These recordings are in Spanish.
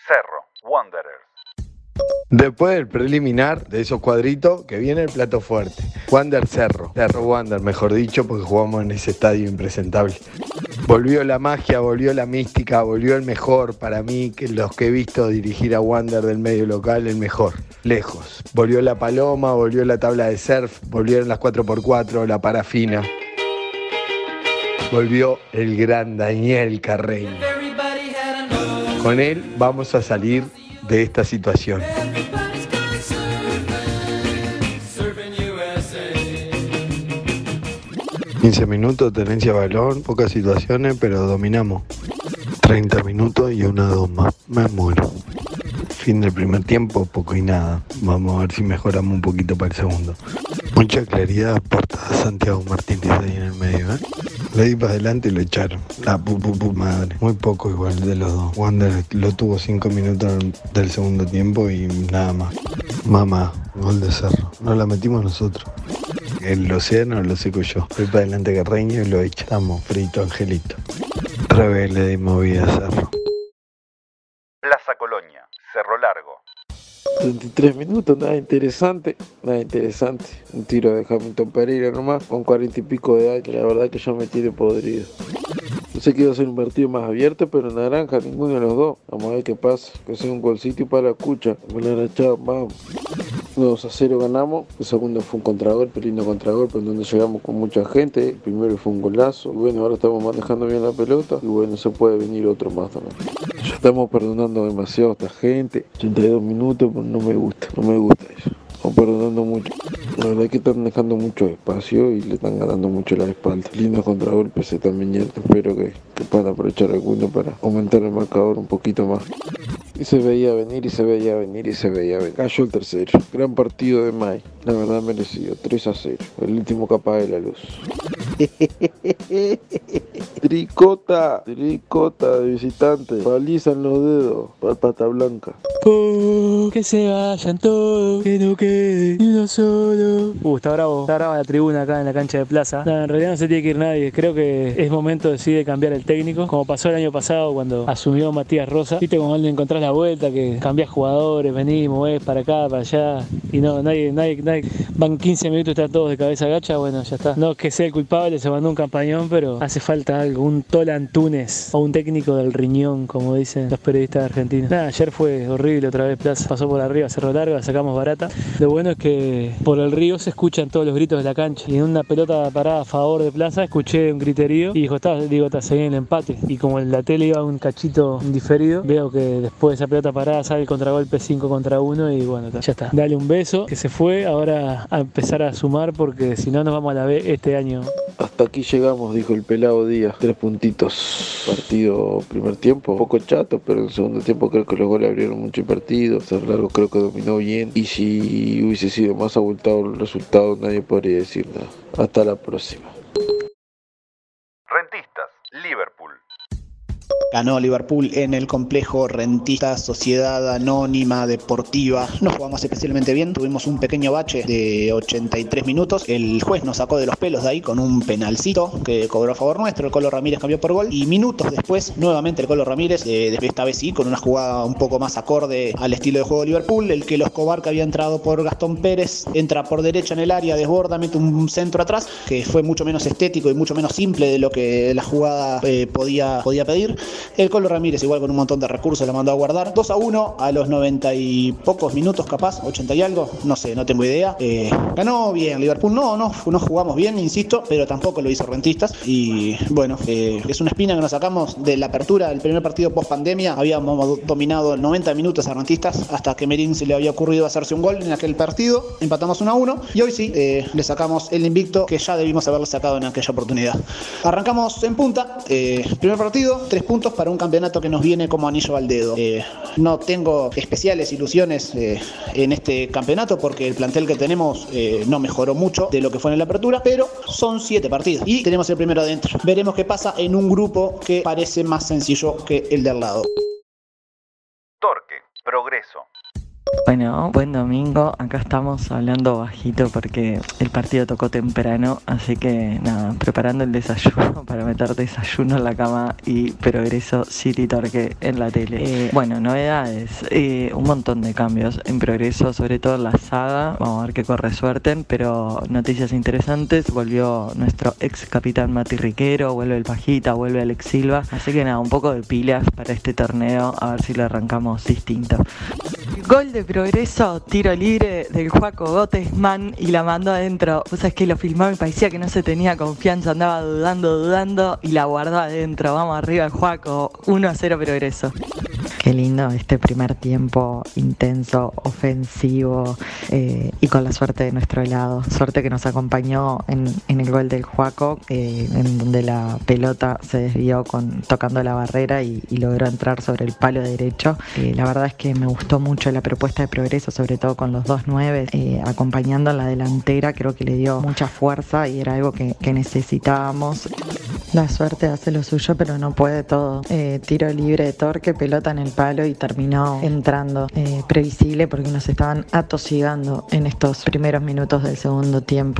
Cerro, Wanderers. Después del preliminar de esos cuadritos, que viene el plato fuerte. Wander Cerro. Cerro Wander, mejor dicho, porque jugamos en ese estadio impresentable. Volvió la magia, volvió la mística, volvió el mejor para mí, que los que he visto dirigir a Wander del medio local, el mejor. Lejos. Volvió la paloma, volvió la tabla de surf, volvieron las 4x4, la parafina. Volvió el gran Daniel Carreño. Con él vamos a salir de esta situación. 15 minutos, tenencia de balón, pocas situaciones, pero dominamos. 30 minutos y una dos más. Me muero. Fin del primer tiempo, poco y nada. Vamos a ver si mejoramos un poquito para el segundo. Mucha claridad aporta Santiago Martínez ahí en el medio, ¿eh? Le di para adelante y lo echaron. La madre. Muy poco igual de los dos. Wander lo tuvo 5 minutos del segundo tiempo y nada más. Mamá, gol de Cerro. Nos la metimos nosotros. El océano lo seco yo. Fui para adelante Carreño y lo echamos frito Angelito. Otra vez le dimos vida a Cerro. Plaza Colonia, Cerro Largo. 33 minutos, nada interesante. Un tiro de Hamilton Pereira nomás, con 40 y pico de edad, que la verdad que yo me tiene podrido. Pensé que iba a ser un partido más abierto, pero naranja, ninguno de los dos. Vamos a ver qué pasa, que sea un golcito y para la cucha. Vamos. 2-0 ganamos. El segundo fue un contragolpe, lindo contragolpe, en donde llegamos con mucha gente. El primero fue un golazo. Y bueno, ahora estamos manejando bien la pelota. Y bueno, se puede venir otro más también. Ya estamos perdonando demasiado a esta gente. 82 minutos, pero no me gusta eso. Estamos perdonando mucho. La verdad es que están dejando mucho espacio y le están ganando mucho la espalda. Lindo contragolpe ese también. Espero que puedan aprovechar alguno para aumentar el marcador un poquito más. Y se veía venir. Cayó el tercero. Gran partido de May. La verdad merecido. 3-0. El último capaz de la luz. Tricota de visitante. Paliza en los dedos. Pata blanca. Que se vayan todos, que no quede ni uno solo. Está brava la tribuna acá en la cancha de Plaza. No, en realidad no se tiene que ir nadie. Creo que es momento de cambiar el técnico, como pasó el año pasado cuando asumió Matías Rosa. Viste, como le encontrás la vuelta, que cambiás jugadores, venís, movés para acá, para allá, y no, nadie, van 15 minutos y están todos de cabeza gacha. Bueno, ya está. No es que sea el culpable, se mandó un campañón, pero hace falta algo, un Tolan Túnez o un técnico del riñón, como dicen los periodistas argentinos. Ayer fue horrible otra vez. Plaza pasó por arriba, Cerro Largo, la sacamos barata. Lo bueno es que por el río se escuchan todos los gritos de la cancha, y en una pelota parada a favor de Plaza escuché un griterío y dijo, está seguí en el empate, y como la tele iba un cachito diferido, veo que después de esa pelota parada sale el contragolpe 5-1 y bueno, ya está. Dale un beso, que se fue, ahora a empezar a sumar porque si no nos vamos a la B este año. Hasta aquí llegamos, dijo el pelado Díaz. 3 puntitos. Partido primer tiempo, un poco chato, pero en el segundo tiempo creo que los goles abrieron mucho el partido. Cerro Largo creo que dominó bien. Y si hubiese sido más abultado el resultado, nadie podría decir nada. Hasta la próxima. Rentistas, Liverpool. Ganó Liverpool en el complejo Rentista Sociedad Anónima Deportiva. No jugamos especialmente bien, tuvimos un pequeño bache de 83 minutos. El juez nos sacó de los pelos de ahí con un penalcito que cobró a favor nuestro. El Colo Ramírez cambió por gol y minutos después, nuevamente el Colo Ramírez, esta vez sí, con una jugada un poco más acorde al estilo de juego de Liverpool. El que Escobar, que había entrado por Gastón Pérez, entra por derecha en el área, desborda, mete un centro atrás, que fue mucho menos estético y mucho menos simple de lo que la jugada podía pedir. El Colo Ramírez, igual con un montón de recursos, la mandó a guardar. 2-1 a los 90 y pocos minutos, capaz, 80 y algo, no sé, no tengo idea. Ganó bien Liverpool, no jugamos bien, insisto, pero tampoco lo hizo Rentistas. Y bueno, es una espina que nos sacamos de la apertura del primer partido post pandemia. Habíamos dominado 90 minutos a Rentistas hasta que Merín se le había ocurrido hacerse un gol en aquel partido. Empatamos 1-1 y hoy sí, le sacamos el invicto que ya debimos haberle sacado en aquella oportunidad. Arrancamos en punta, primer partido, 3 puntos para un campeonato que nos viene como anillo al dedo. No tengo especiales ilusiones en este campeonato porque el plantel que tenemos no mejoró mucho de lo que fue en la apertura, pero son 7 partidos y tenemos el primero adentro. Veremos qué pasa en un grupo que parece más sencillo que el de al lado. Torque, Progreso. Bueno, buen domingo. Acá estamos hablando bajito porque el partido tocó temprano, así que nada, preparando el desayuno para meter desayuno en la cama y Progreso City Torque en la tele. Bueno, novedades, un montón de cambios en Progreso, sobre todo en la saga. Vamos a ver qué corre suerte, pero noticias interesantes. Volvió nuestro ex capitán Mati Riquero, vuelve el Pajita, vuelve Alex Silva, así que nada, un poco de pilas para este torneo, a ver si lo arrancamos distinto. Gol de Progreso, tiro libre del Juaco Gottesman y la mandó adentro. Vos sabés que lo filmó y parecía que no se tenía confianza, andaba dudando y la guardó adentro. Vamos arriba el Juaco, 1-0 Progreso. Qué lindo este primer tiempo intenso, ofensivo y con la suerte de nuestro lado. Suerte que nos acompañó en el gol del Juaco, en donde la pelota se desvió tocando la barrera y logró entrar sobre el palo derecho. La verdad es que me gustó mucho la propuesta de Progreso, sobre todo con los 2-9 acompañando en la delantera. Creo que le dio mucha fuerza y era algo que necesitábamos. La suerte hace lo suyo, pero no puede todo. Tiro libre de Torque, pelota en el palo y terminó entrando. Previsible porque nos estaban atosigando en estos primeros minutos del segundo tiempo.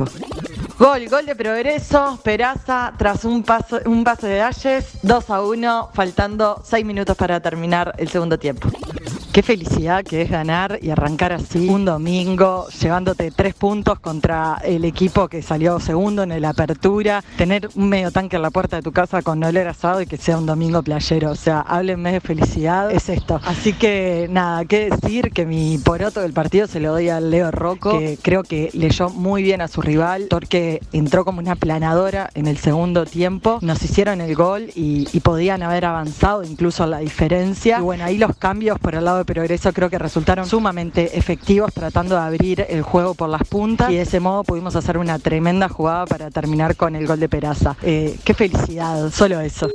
Gol de Progreso, Peraza tras un pase de Dalles, 2-1, faltando 6 minutos para terminar el segundo tiempo. Qué felicidad que es ganar y arrancar así un domingo, llevándote 3 puntos contra el equipo que salió segundo en la apertura, tener un medio tanque en la puerta de tu casa con olor asado y que sea un domingo playero. O sea, háblenme de felicidad, es esto. Así que nada, qué decir, que mi poroto del partido se lo doy al Leo Rocco, que creo que leyó muy bien a su rival, porque entró como una planadora en el segundo tiempo, nos hicieron el gol y podían haber avanzado incluso la diferencia. Y bueno, ahí los cambios por el lado de Progreso creo que resultaron sumamente efectivos, tratando de abrir el juego por las puntas, y de ese modo pudimos hacer una tremenda jugada para terminar con el gol de Peraza. Qué felicidad, solo eso.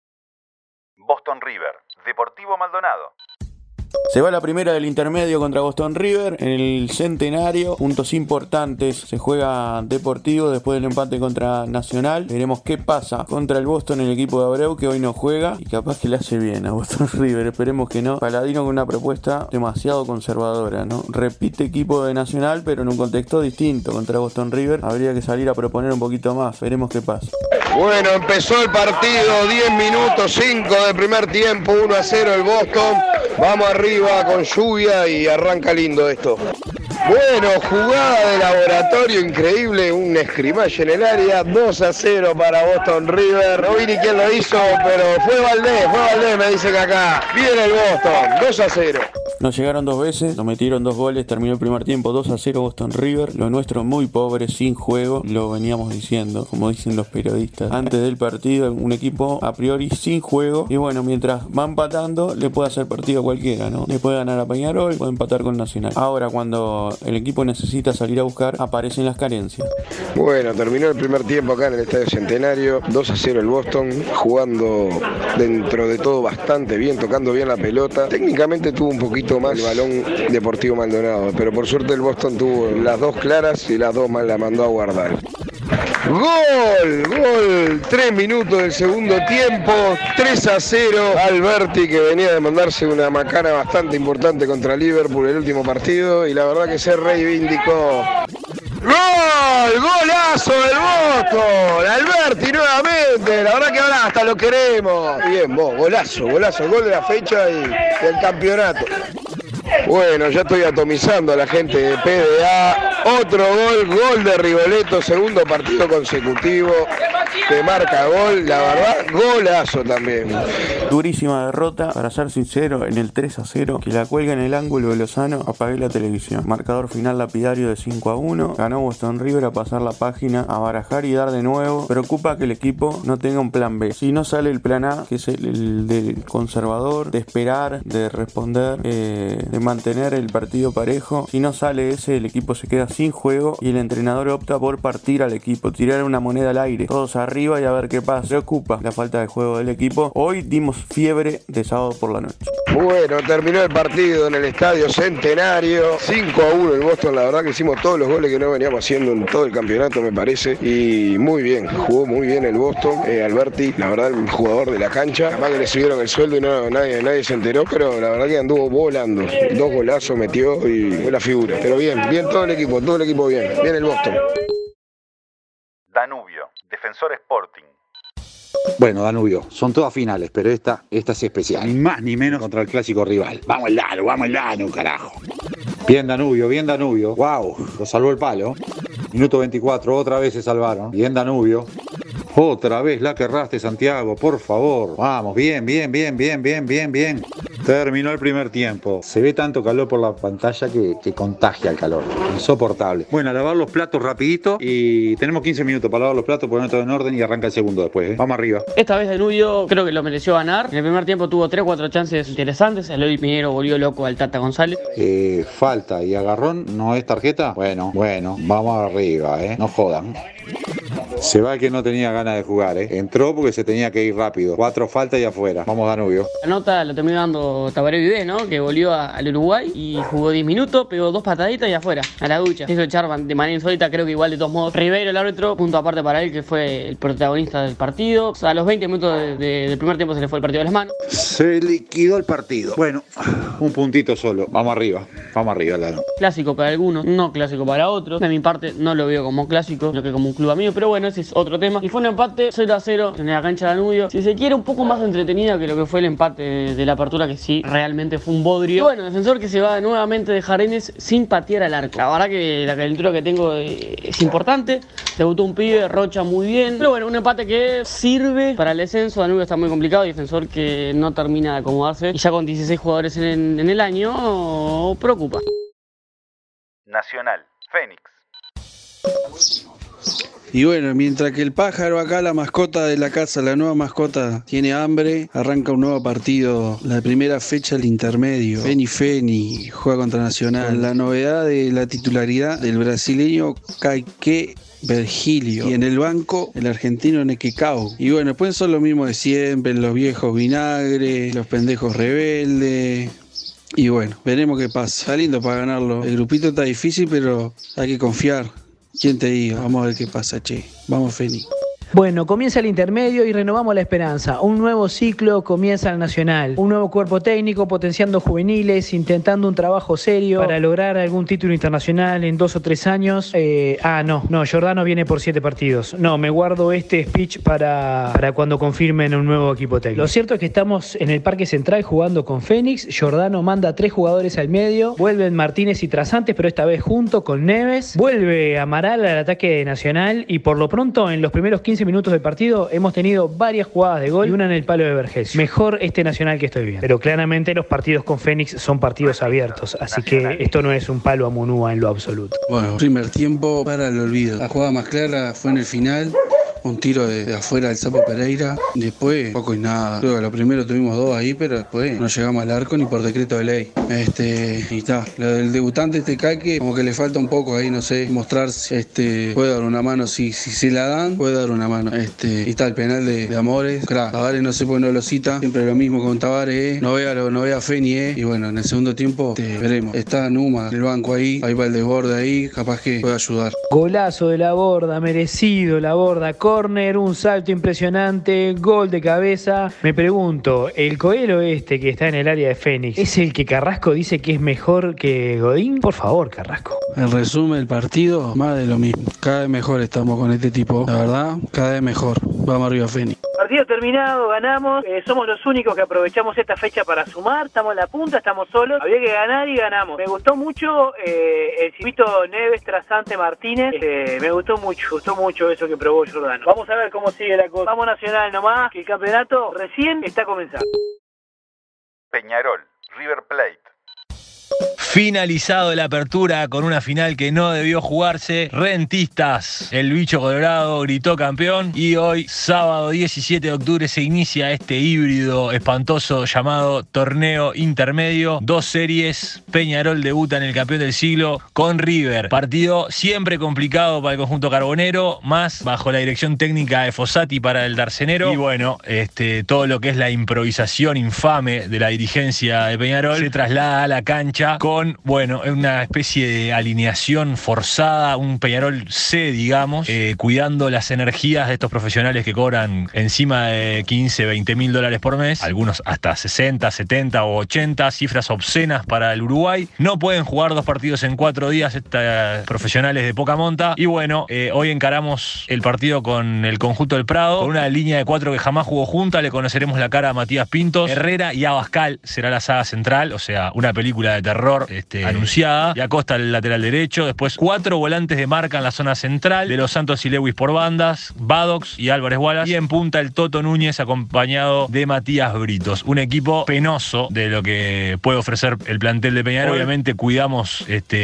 Boston River, Deportivo Maldonado. Se va la primera del intermedio contra Boston River en el Centenario. Puntos importantes. Se juega Deportivo después del empate contra Nacional. Veremos qué pasa contra el Boston, el equipo de Abreu, que hoy no juega y capaz que le hace bien a Boston River. Esperemos que no. Paladino con una propuesta demasiado conservadora, ¿no? Repite equipo de Nacional, pero en un contexto distinto contra Boston River. Habría que salir a proponer un poquito más. Veremos qué pasa. Bueno, empezó el partido, 10 minutos, 5 de primer tiempo, 1-0 el Boston. Vamos arriba con lluvia y arranca lindo esto. Bueno, jugada de laboratorio increíble, un escrimaje en el área, 2-0 para Boston River. No vi ni quién lo hizo, pero fue Valdés, me dicen acá. Viene el Boston, 2-0. Nos llegaron 2 veces, nos metieron 2 goles, terminó el primer tiempo 2-0 Boston River. Lo nuestro muy pobre, sin juego, lo veníamos diciendo, como dicen los periodistas. Antes del partido, un equipo a priori sin juego. Y bueno, mientras va empatando, le puede hacer partido a cualquiera, ¿no? Le puede ganar a Peñarol, puede empatar con Nacional. Ahora, cuando el equipo necesita salir a buscar, aparecen las carencias. Bueno, terminó el primer tiempo acá en el Estadio Centenario, 2-0 el Boston, jugando dentro de todo bastante bien, tocando bien la pelota. Técnicamente tuvo un poquito más el balón Deportivo Maldonado, pero por suerte el Boston tuvo las 2 claras y las 2 más la mandó a guardar. Gol, 3 minutos del segundo tiempo, 3-0, Alberti, que venía de mandarse una macana bastante importante contra Liverpool el último partido, y la verdad que se reivindicó. ¡Golazo del Boston! Alberti nuevamente, la verdad que ahora hasta lo queremos. Bien, vos, golazo, el gol de la fecha y del campeonato. Bueno, ya estoy atomizando a la gente de PDA. Otro gol de Rigoletto, segundo partido consecutivo que marca gol, la verdad, golazo también. Durísima derrota, para ser sincero, en el 3-0, que la cuelga en el ángulo de Lozano, apagué la televisión. Marcador final lapidario de 5-1, ganó Boston River a pasar la página, a barajar y dar de nuevo. Preocupa que el equipo no tenga un plan B. Si no sale el plan A, que es el del conservador, de esperar, de responder, de mantener el partido parejo, si no sale ese, el equipo se queda sin juego y el entrenador opta por partir al equipo, tirar una moneda al aire. Todos arriba y a ver qué pasa. Preocupa la falta de juego del equipo. Hoy dimos fiebre de sábado por la noche. Bueno, terminó el partido en el Estadio Centenario, 5-1 el Boston. La verdad que hicimos todos los goles que no veníamos haciendo en todo el campeonato, me parece, y muy bien, jugó muy bien el Boston. Alberti, la verdad, el jugador de la cancha, capaz que le subieron el sueldo y nadie se enteró, pero la verdad que anduvo volando, 2 golazos metió y fue la figura. Pero bien todo el equipo bien el Boston. Danubio, Defensor Sporting. Bueno, Danubio, son todas finales, pero esta es especial. Ni más ni menos contra el clásico rival. Vamos el Danu, carajo. Bien Danubio. Wow, lo salvó el palo. Minuto 24, otra vez se salvaron. Bien Danubio. Otra vez la que erraste, Santiago, por favor. Vamos, bien. Terminó el primer tiempo. Se ve tanto calor por la pantalla que contagia el calor. Insoportable. Bueno, a lavar los platos rapidito y tenemos 15 minutos para lavar los platos, poner todo en orden y arranca el segundo después. Vamos arriba. Esta vez Danubio creo que lo mereció ganar. En el primer tiempo tuvo 3-4 chances interesantes. Eloy Pinheiro volvió loco al Tata González. Falta y agarrón, ¿no es tarjeta? Bueno, vamos arriba, no jodan. Se va el que no tenía ganas de jugar, Entró porque se tenía que ir rápido. 4 faltas y afuera. Vamos, Danubio. La nota la terminó dando Tabaré Vivés, ¿no? Que volvió al Uruguay y jugó 10 minutos, pegó 2 pataditas y afuera, a la ducha. Hizo echar de manera insólita, creo que igual de todos modos. Ribeiro, el árbitro, punto aparte para él, que fue el protagonista del partido. O sea, a los 20 minutos del primer tiempo se le fue el partido de las manos. Se liquidó el partido. Bueno, un puntito solo. Vamos arriba, Lalo. Clásico para algunos, no clásico para otros. De mi parte, no lo veo como clásico, sino que como un club amigo, pero bueno, ese es otro tema. Y fue un empate 0-0 en la cancha de Danubio. Si se quiere, un poco más entretenida que lo que fue el empate de la apertura, que sí, realmente fue un bodrio. Y bueno, Defensor que se va nuevamente de Jarenes sin patear al arco. La verdad que la calentura que tengo es importante. Debutó un pibe, Rocha muy bien. Pero bueno, un empate que sirve para el descenso. Danubio está muy complicado. Defensor que no termina de acomodarse. Y ya con 16 jugadores en el año, preocupa. Nacional, Fénix. Y bueno, mientras que el pájaro acá, la mascota de la casa, la nueva mascota, tiene hambre, arranca un nuevo partido, la primera fecha del intermedio. Feni juega contra Nacional. La novedad de la titularidad del brasileño Kaique Virgilio. Y en el banco, el argentino Nequecao. Y bueno, pues son lo mismo de siempre, los viejos vinagre, los pendejos rebeldes. Y bueno, veremos qué pasa. Está lindo para ganarlo. El grupito está difícil, pero hay que confiar. ¿Quién te diga? Vamos a ver qué pasa, che. Vamos, Feni. Bueno, comienza el intermedio y renovamos la esperanza. Un nuevo ciclo comienza el Nacional. Un nuevo cuerpo técnico potenciando juveniles, intentando un trabajo serio para lograr algún título internacional en 2 o 3 años. No, Giordano viene por 7 partidos. No, me guardo este speech para cuando confirmen un nuevo equipo técnico. Lo cierto es que estamos en el Parque Central jugando con Fénix. Giordano manda 3 jugadores al medio. Vuelven Martínez y Trasantes, pero esta vez junto con Neves. Vuelve Amaral al ataque de Nacional y por lo pronto en los primeros 15 minutos del partido hemos tenido varias jugadas de gol y una en el palo de Vergés. Mejor este Nacional que estoy viendo. Pero claramente los partidos con Fénix son partidos abiertos, así que esto no es un palo a Munúa en lo absoluto. Bueno, primer tiempo para el olvido. La jugada más clara fue en el final. Un tiro de afuera del Sapo Pereira. Después, poco y nada. Creo que lo primero tuvimos 2 ahí, pero después no llegamos al arco ni por decreto de ley. Y está. Lo del debutante Kaique, como que le falta un poco ahí, no sé, mostrarse. Puede dar una mano. Si se la dan, puede dar una mano. Y está el penal de Amores. Claro, Tavares no sé por qué no lo cita. Siempre lo mismo con Tavares, No vea a Feni, Y bueno, en el segundo tiempo veremos. Está Numa, el banco ahí va el desborde ahí, capaz que puede ayudar. Golazo de la Borda, merecido la Borda. Córner, un salto impresionante, gol de cabeza. Me pregunto, el Coelho que está en el área de Fénix, ¿es el que Carrasco dice que es mejor que Godín? Por favor, Carrasco. En resumen, el partido, más de lo mismo. Cada vez mejor estamos con este tipo, la verdad, cada vez mejor. Vamos arriba, Fénix. Partido terminado, ganamos, somos los únicos que aprovechamos esta fecha para sumar, estamos en la punta, estamos solos, había que ganar y ganamos. Me gustó mucho el cibito Neves, Trasante, Martínez, me gustó mucho eso que probó Giordano. Vamos a ver cómo sigue la cosa. Vamos Nacional nomás, que el campeonato recién está comenzando. Peñarol, River Plate. Finalizado la apertura con una final que no debió jugarse. Rentistas, el bicho colorado gritó campeón. Y hoy, sábado 17 de octubre, se inicia este híbrido espantoso llamado Torneo Intermedio. 2 series. Peñarol debuta en el campeón del siglo con River. Partido siempre complicado para el conjunto carbonero, más bajo la dirección técnica de Fossati para el Darcenero. Y bueno, todo lo que es la improvisación infame de la dirigencia de Peñarol se traslada a la cancha con, bueno, una especie de alineación forzada, un Peñarol C, digamos, cuidando las energías de estos profesionales que cobran encima de 15, 20 mil dólares por mes, algunos hasta 60, 70 o 80, cifras obscenas para el Uruguay. No pueden jugar 2 partidos en 4 días estos profesionales de poca monta. Y bueno, hoy encaramos el partido con el conjunto del Prado, con una línea de 4 que jamás jugó junta. Le conoceremos la cara a Matías Pintos, Herrera y Abascal será la saga central, o sea, una película de terror anunciada. Y Acosta el lateral derecho. Después 4 volantes de marca en la zona central, de los Santos y Lewis por bandas, Badox y Álvarez Wallace. Y en punta el Toto Núñez acompañado de Matías Britos. Un equipo penoso de lo que puede ofrecer el plantel de Peñarol. Obviamente cuidamos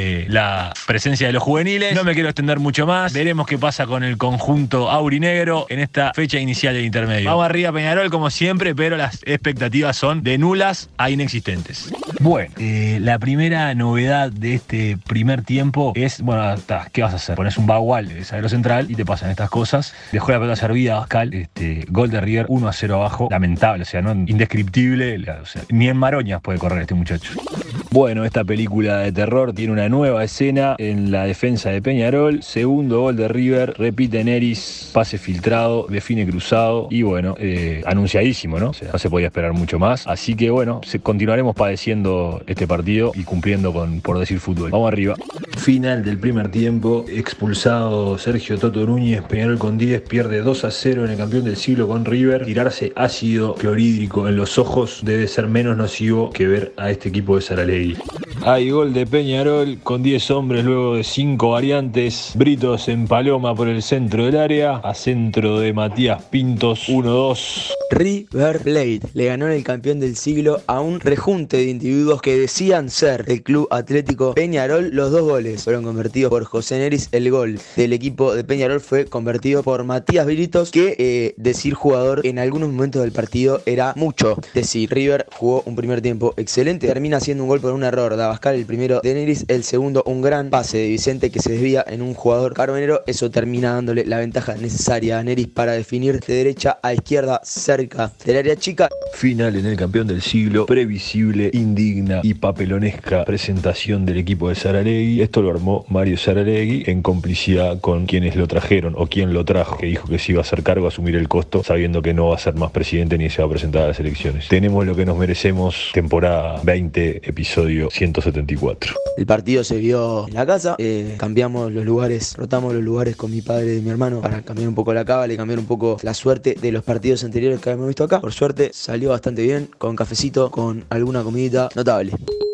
la presencia de los juveniles. No me quiero extender mucho más. Veremos qué pasa con el conjunto aurinegro en esta fecha inicial del intermedio. Vamos arriba Peñarol como siempre, pero las expectativas son de nulas a inexistentes. Bueno, la primera novedad de este primer tiempo es, bueno, ¿qué vas a hacer? Pones un bagual de zaguero central y te pasan estas cosas. Dejó la pelota servida Abascal, gol de River, 1-0 abajo. Lamentable, o sea, no indescriptible, o sea, ni en Maroñas puede correr este muchacho. Bueno, esta película de terror tiene una nueva escena en la defensa de Peñarol. Segundo gol de River, repite Neris, pase filtrado, define cruzado y bueno, anunciadísimo, ¿no? O sea, no se podía esperar mucho más. Así que bueno, continuaremos padeciendo este partido y cumpliendo con, por decir, fútbol. Vamos arriba. Final del primer tiempo, expulsado Sergio Toto Núñez. Peñarol con 10 pierde 2-0 en el campeón del siglo con River. Tirarse ácido clorhídrico en los ojos debe ser menos nocivo que ver a este equipo de Saralegui. Hay gol de Peñarol con 10 hombres luego de 5 variantes. Britos en Paloma por el centro del área, a centro de Matías Pintos, 1-2. River Plate le ganó en el campeón del siglo a un rejunte de individuos que decían ser el Club Atlético Peñarol. Los 2 goles fueron convertidos por José Neris. El gol del equipo de Peñarol fue convertido por Matías Britos, que decir jugador en algunos momentos del partido era mucho decir. River jugó un primer tiempo excelente, termina haciendo un gol por un error de Abascal, el primero de Neris, el segundo un gran pase de Vicente que se desvía en un jugador carbonero. Eso termina dándole la ventaja necesaria a Neris para definir de derecha a izquierda cerca del área chica. Final en el campeón del siglo, previsible, indigna y papelonesca presentación del equipo de Saralegui. Esto lo armó Mario Saralegui en complicidad con quienes lo trajeron o quien lo trajo, que dijo que se iba a hacer cargo, a asumir el costo, sabiendo que no va a ser más presidente ni se va a presentar a las elecciones. Tenemos lo que nos merecemos, temporada 20, episodio 174. El partido se vio en la casa, cambiamos los lugares, rotamos los lugares con mi padre y mi hermano para cambiar un poco la cábala y cambiar un poco la suerte de los partidos anteriores que habíamos visto acá. Por suerte salió bastante bien, con cafecito, con alguna comidita notable.